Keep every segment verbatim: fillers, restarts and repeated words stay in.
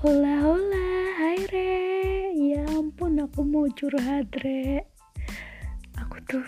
Hola hola, hai Re. Ya ampun, aku mau curhat Re. Aku tuh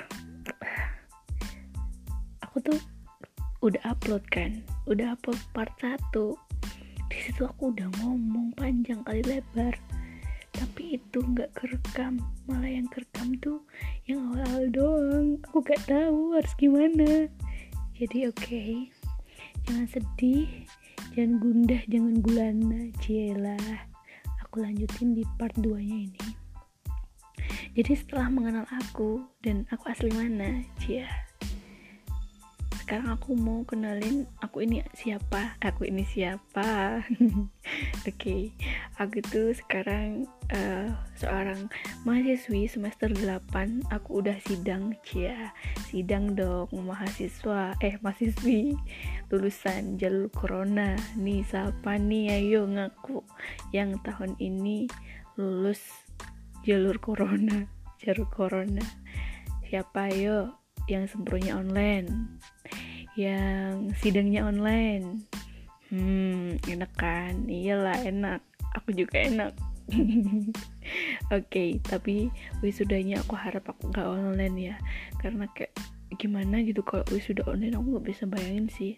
Aku tuh udah upload kan Udah upload part satu. Di situ aku udah ngomong panjang kali lebar, tapi itu gak kerekam. Malah yang kerekam tuh yang awal-awal doang. Aku gak tahu harus gimana. Jadi oke okay. Jangan sedih, jangan gundah, jangan gulana. Cielah, aku lanjutin di part dua nya ini. Jadi setelah mengenal aku dan aku asli mana, cia. Sekarang aku mau kenalin aku ini siapa. Aku ini siapa? Oke, okay. Aku tuh sekarang uh, seorang mahasiswi semester delapan. Aku udah sidang, cia. Sidang dong, mahasiswa eh mahasiswi lulusan jalur corona. Nih siapa nih, ayo ngaku yang tahun ini lulus jalur corona. Jalur corona. Siapa ayo yang sempurnya online, yang sidangnya online? Hmm, enak kan? Iyalah enak. Aku juga enak. Oke, okay, tapi wisudanya aku harap aku gak online ya, karena kayak gimana gitu kalau wisuda online. Aku gak bisa bayangin sih.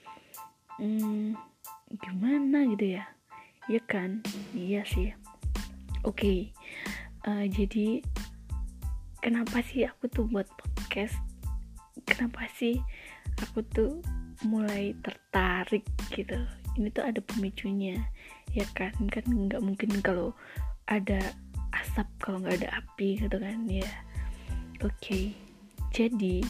Hmm, gimana gitu ya? Iya kan? Iya sih. Oke, okay. uh, jadi kenapa sih aku tuh buat podcast? Kenapa sih aku tuh mulai tertarik gitu? Ini tuh ada pemicunya, ya kan? Kan nggak mungkin kalau ada asap kalau nggak ada api gitu kan ya. Oke, okay. Jadi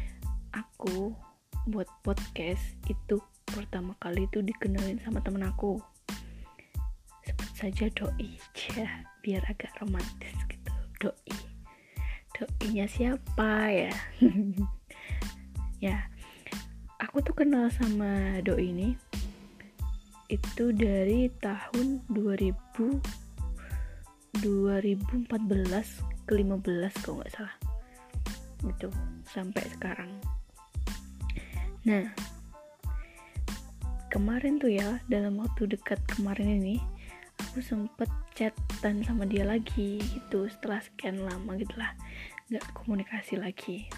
aku buat podcast itu pertama kali itu dikenalin sama temen aku. Sebut saja Doi, ya, biar agak romantis gitu. Doi. Doinya siapa ya? Ya, aku tuh kenal sama Doi ini itu dari tahun dua ribu empat belas ke lima belas kalau nggak salah gitu, sampai sekarang. Nah, kemarin tuh ya, dalam waktu dekat kemarin ini aku sempet chatan sama dia lagi gitu, setelah sekian lama gitulah nggak komunikasi lagi.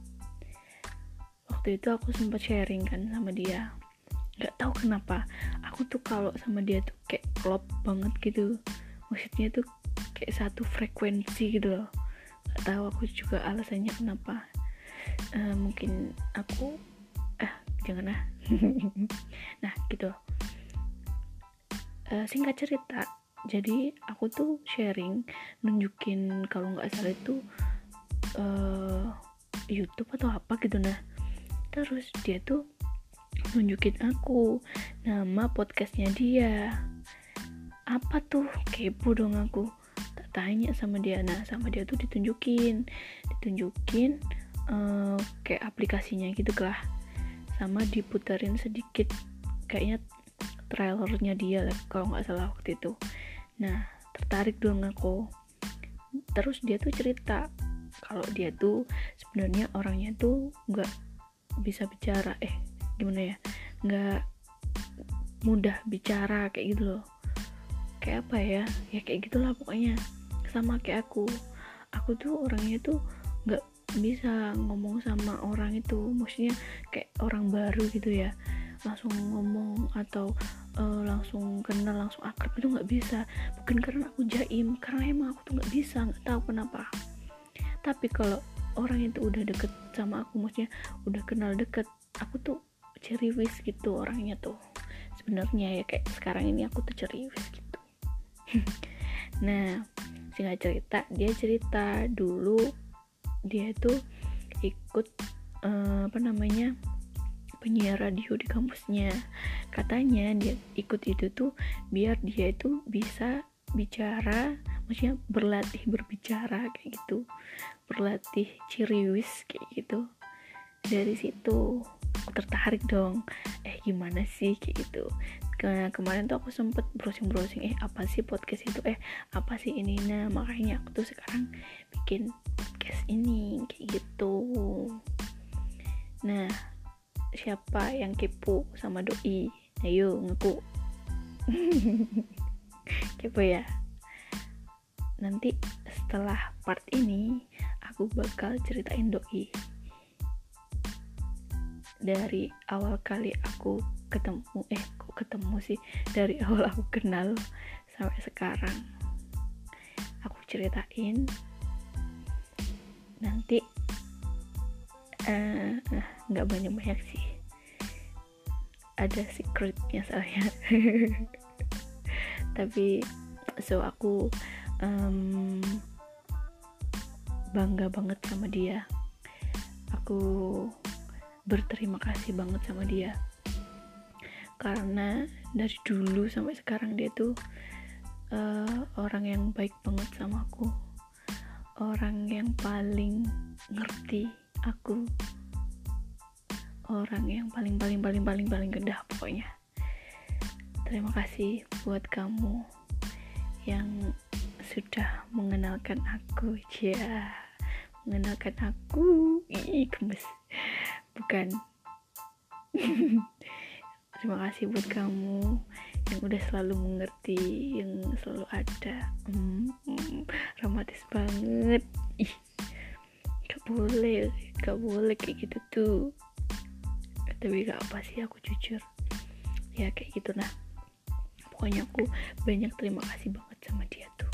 Waktu itu aku sempet sharing kan sama dia. Nggak tahu kenapa aku tuh kalau sama dia tuh kayak klop banget gitu. Maksudnya tuh kayak satu frekuensi gitu loh. Nggak tahu aku juga alasannya kenapa. Uh, mungkin aku ah jangan ah. Nah gitu. Uh, singkat cerita, jadi aku tuh sharing nunjukin kalau nggak salah itu uh, YouTube atau apa gitu. Nah terus dia tuh nunjukin aku nama podcastnya dia. Apa tuh? Kepo dong aku. Tak tanya sama dia. Nah sama dia tuh ditunjukin ditunjukin uh, kayak aplikasinya gitu lah, sama diputerin sedikit kayaknya trailernya dia lah kalau nggak salah waktu itu. Nah tertarik dong aku. Terus dia tuh cerita kalau dia tuh sebenarnya orangnya tuh nggak bisa bicara, eh gimana ya, nggak mudah bicara kayak gitu loh. Kayak apa ya, ya kayak gitulah pokoknya, sama kayak aku. Aku tuh orangnya tuh nggak bisa ngomong sama orang itu, maksudnya kayak orang baru gitu ya, langsung ngomong atau uh, langsung kenal, langsung akrab itu nggak bisa. Bukan karena aku jaim, karena emang aku tuh nggak bisa, nggak tahu kenapa. Tapi kalau orang itu udah deket sama aku, maksudnya udah kenal deket, aku tuh ceriwis gitu orangnya tuh sebenarnya ya, kayak sekarang ini aku tuh ceriwis gitu. Nah singkat cerita, dia cerita dulu dia tuh ikut uh, apa namanya penyiar radio di kampusnya. Katanya dia ikut itu tuh biar dia itu bisa bicara, maksudnya berlatih berbicara kayak gitu, berlatih ciriwis kayak gitu. Dari situ aku tertarik dong, eh gimana sih kayak gitu. Ke- kemarin tuh aku sempet browsing-browsing, eh apa sih podcast itu, eh apa sih ini. Nah makanya aku tuh sekarang bikin podcast ini kayak gitu. Nah siapa yang kepo sama Doi? Ayo ngaku. kepo ya. Nanti setelah part ini aku bakal ceritain doi dari awal kali aku ketemu eh kok ketemu sih dari awal aku kenal sampai sekarang. Aku ceritain nanti nggak uh, banyak-banyak sih, ada secretnya saya. Tapi so aku um, bangga banget sama dia. Aku berterima kasih banget sama dia karena dari dulu sampai sekarang dia tuh uh, orang yang baik banget sama aku, orang yang paling ngerti aku, orang yang paling paling paling paling paling gedah pokoknya. Terima kasih buat kamu yang sudah mengenalkan aku, ya, mengenalkan aku, ih gemes, bukan. Terima kasih buat kamu yang udah selalu mengerti, yang selalu ada. Hmm, hmm, dramatis banget, ih, gak boleh, gak boleh kayak gitu tuh. Tapi gak apa sih, aku jujur, ya kayak gitu nah. Pokoknya aku banyak terima kasih banget sama dia tuh.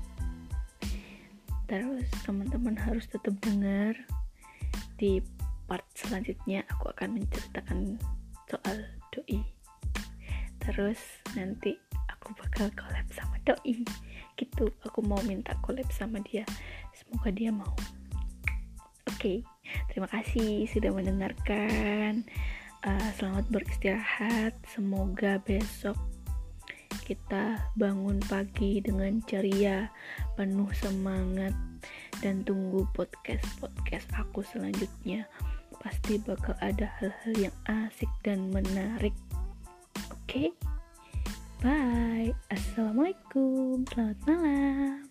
Terus teman-teman harus tetap dengar. Di part selanjutnya aku akan menceritakan soal doi. Terus nanti aku bakal collab sama doi gitu. Aku mau minta collab sama dia. Semoga dia mau. Oke, okay. Terima kasih sudah mendengarkan. uh, Selamat beristirahat. Semoga besok kita bangun pagi dengan ceria, penuh semangat, dan tunggu podcast-podcast aku selanjutnya. Pasti bakal ada hal-hal yang asik dan menarik. Oke, okay? Bye. Assalamualaikum. Selamat malam.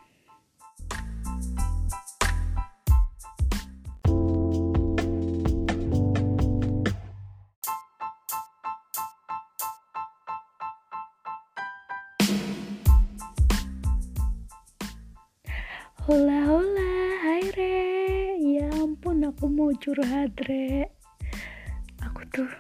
Hola hola, hai Re. Ya ampun, aku mau curhat Re. Aku tuh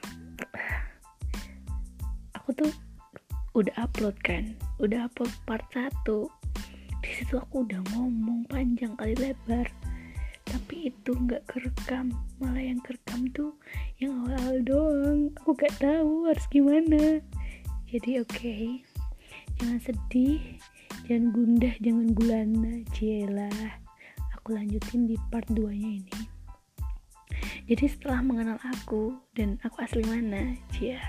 Aku tuh udah upload kan Udah upload part satu. Di situ aku udah ngomong panjang kali lebar, tapi itu gak kerekam. Malah yang kerekam tuh yang awal-awal doang. Aku gak tahu harus gimana. Jadi oke, okay, jangan sedih, jangan gundah, jangan gulana. Cielah, aku lanjutin di part dua nya ini. Jadi setelah mengenal aku dan aku asli mana, cia,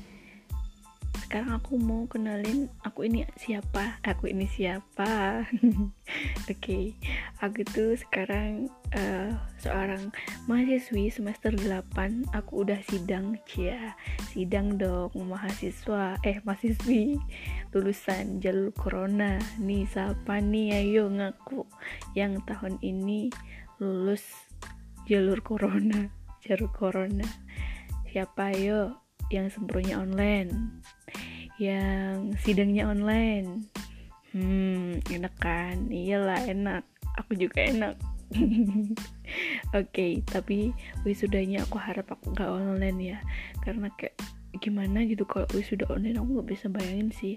sekarang aku mau kenalin aku ini siapa. Aku ini siapa? Oke, okay. Aku tuh sekarang uh, seorang mahasiswi semester delapan. Aku udah sidang, cia, sidang dong, mahasiswa eh mahasiswi lulusan jalur corona. Nih siapa nih, ayo ngaku yang tahun ini lulus jalur corona. Jalur corona siapa, ayo, yang sempurnya online, yang sidangnya online. Hmm, enak kan? Iyalah enak, aku juga enak. Oke, okay, tapi wisudanya aku harap aku gak online ya, karena kayak gimana gitu kalau wisuda online. Aku gak bisa bayangin sih.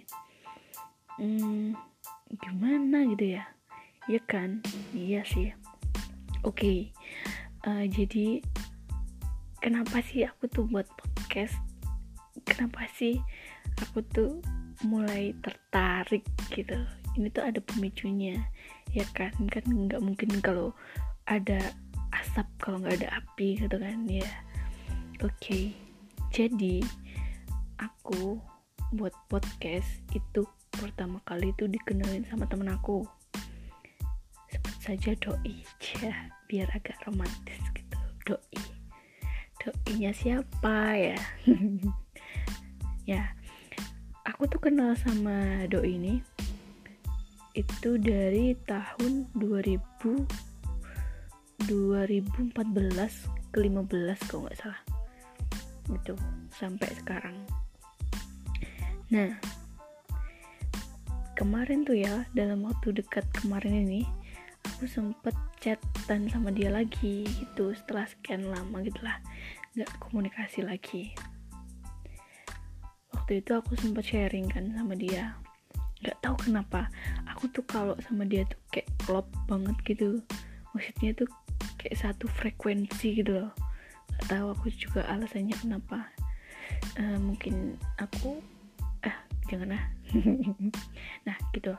Hmm, gimana gitu ya? Iya kan? Iya sih. Oke, okay. uh, jadi kenapa sih aku tuh buat podcast? Kenapa sih aku tuh mulai tertarik gitu? Ini tuh ada pemicunya, ya kan? Kan nggak mungkin kalau ada asap kalau nggak ada api gitu kan ya. Oke, okay. Jadi aku buat podcast itu pertama kali itu dikenalin sama temen aku. Sebut saja doi, ya, biar agak romantis gitu. Doi. Doinya siapa ya? Ya, aku tuh kenal sama doi ini itu dari tahun dua ribu empat belas ke lima belas kalau nggak salah, gitu sampai sekarang. Nah, kemarin tuh ya, dalam waktu dekat kemarin ini aku sempet chatan sama dia lagi gitu, setelah sekian lama gitulah nggak komunikasi lagi. Waktu itu aku sempet sharing kan sama dia, nggak tahu kenapa aku tuh kalau sama dia tuh kayak klop banget gitu, maksudnya tuh kayak satu frekuensi gitu loh. Nggak tahu aku juga alasannya kenapa. Uh, mungkin aku ah jangan ah nah gitu.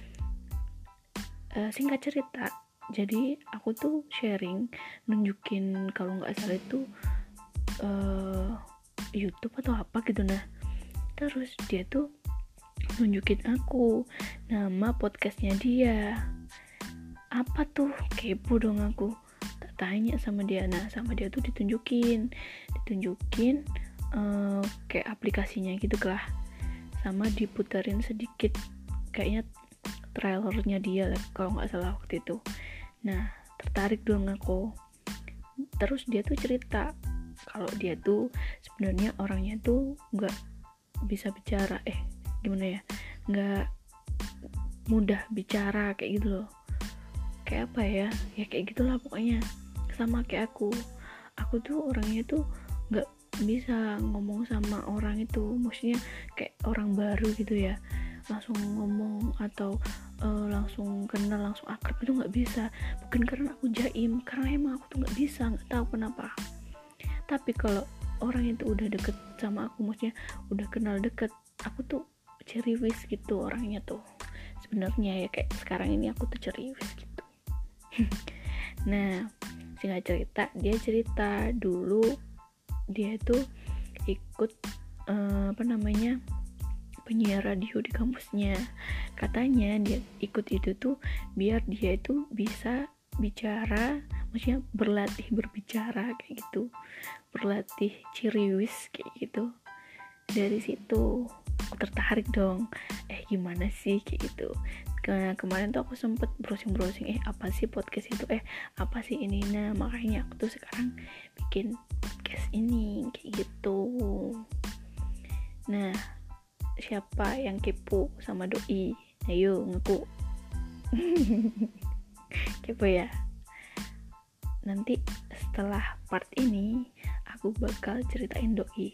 Uh, singkat cerita, jadi aku tuh sharing nunjukin kalau nggak salah itu uh, YouTube atau apa gitu. Nah terus dia tuh nunjukin aku nama podcastnya dia. Apa tuh? Kepo dong aku, tak tanya sama dia. Nah sama dia tuh ditunjukin ditunjukin uh, kayak aplikasinya gitu lah, sama diputerin sedikit kayaknya trailernya dia lah, kalau nggak salah waktu itu. Nah tertarik dong aku. Terus dia tuh cerita kalau dia tuh sebenarnya orangnya tuh nggak bisa bicara, eh gimana ya, nggak mudah bicara kayak gitu loh. Kayak apa ya, ya kayak gitulah pokoknya, sama kayak aku. Aku tuh orangnya tuh nggak bisa ngomong sama orang itu, maksudnya kayak orang baru gitu ya, langsung ngomong atau uh, langsung kenal, langsung akrab itu nggak bisa. Bukan karena aku jaim, karena emang aku tuh nggak bisa, nggak tahu kenapa. Tapi kalau orang itu udah deket sama aku, maksudnya udah kenal deket, aku tuh ceriwis gitu orangnya tuh sebenarnya ya, kayak sekarang ini aku tuh ceriwis gitu. Nah singkat cerita, dia cerita dulu dia itu ikut uh, apa namanya penyiar radio di kampusnya. Katanya dia ikut itu tuh biar dia itu bisa bicara, maksudnya berlatih berbicara kayak gitu, berlatih ciriwis kayak gitu. Dari situ aku tertarik dong, eh gimana sih kayak gitu. Ke- kemarin tuh aku sempet browsing-browsing, eh apa sih podcast itu, eh apa sih ini. Nah makanya aku tuh sekarang bikin podcast ini kayak gitu. Nah siapa yang kepo sama doi? Ayo ngaku. Kepo ya? Nanti setelah part ini aku bakal ceritain doi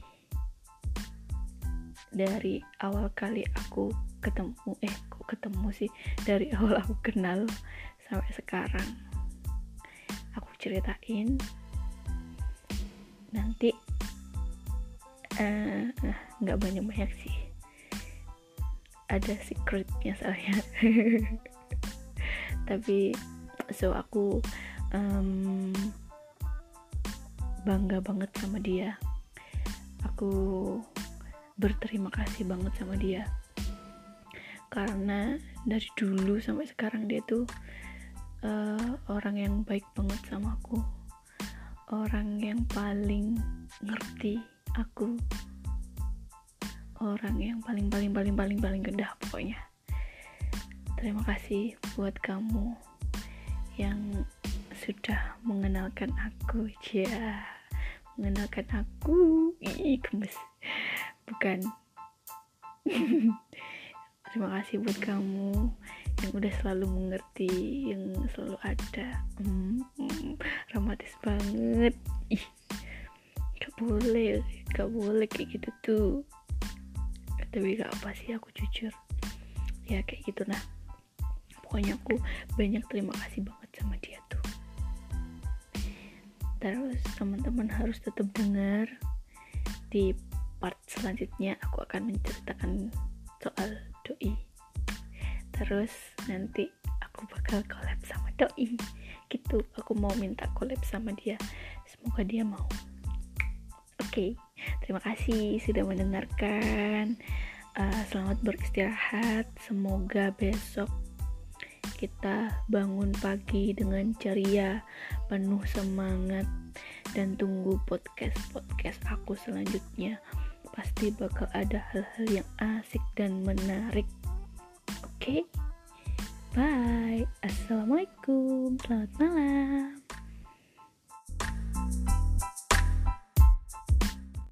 dari awal kali aku ketemu, eh kok ketemu sih, dari awal aku kenal sampai sekarang aku ceritain. Nanti uh, uh, nggak banyak-banyak sih, ada secretnya soalnya. Tapi so aku um, bangga banget sama dia. Aku berterima kasih banget sama dia, karena dari dulu sampai sekarang dia tuh uh, orang yang baik banget sama aku, orang yang paling ngerti aku, orang yang paling paling paling paling paling gendah pokoknya. Terima kasih buat kamu yang sudah mengenalkan aku, ya, mengenalkan aku, ih gemes, bukan. Terima kasih buat kamu yang udah selalu mengerti, yang selalu ada. hmm, hmm, Dramatis banget. Ih, gak boleh, gak boleh kayak gitu tuh. Tapi gak apa sih, aku jujur ya kayak gitu. Nah pokoknya aku banyak terima kasih banget sama dia tuh. Terus teman-teman harus tetap dengar, di part selanjutnya aku akan menceritakan soal doi. Terus nanti aku bakal collab sama doi gitu. Aku mau minta collab sama dia, semoga dia mau. Oke, okay. Terima kasih sudah mendengarkan. uh, Selamat beristirahat. Semoga besok kita bangun pagi dengan ceria, penuh semangat, dan tunggu podcast-podcast aku selanjutnya. Pasti bakal ada hal-hal yang asik dan menarik. Oke, okay? Bye. Assalamualaikum. Selamat malam.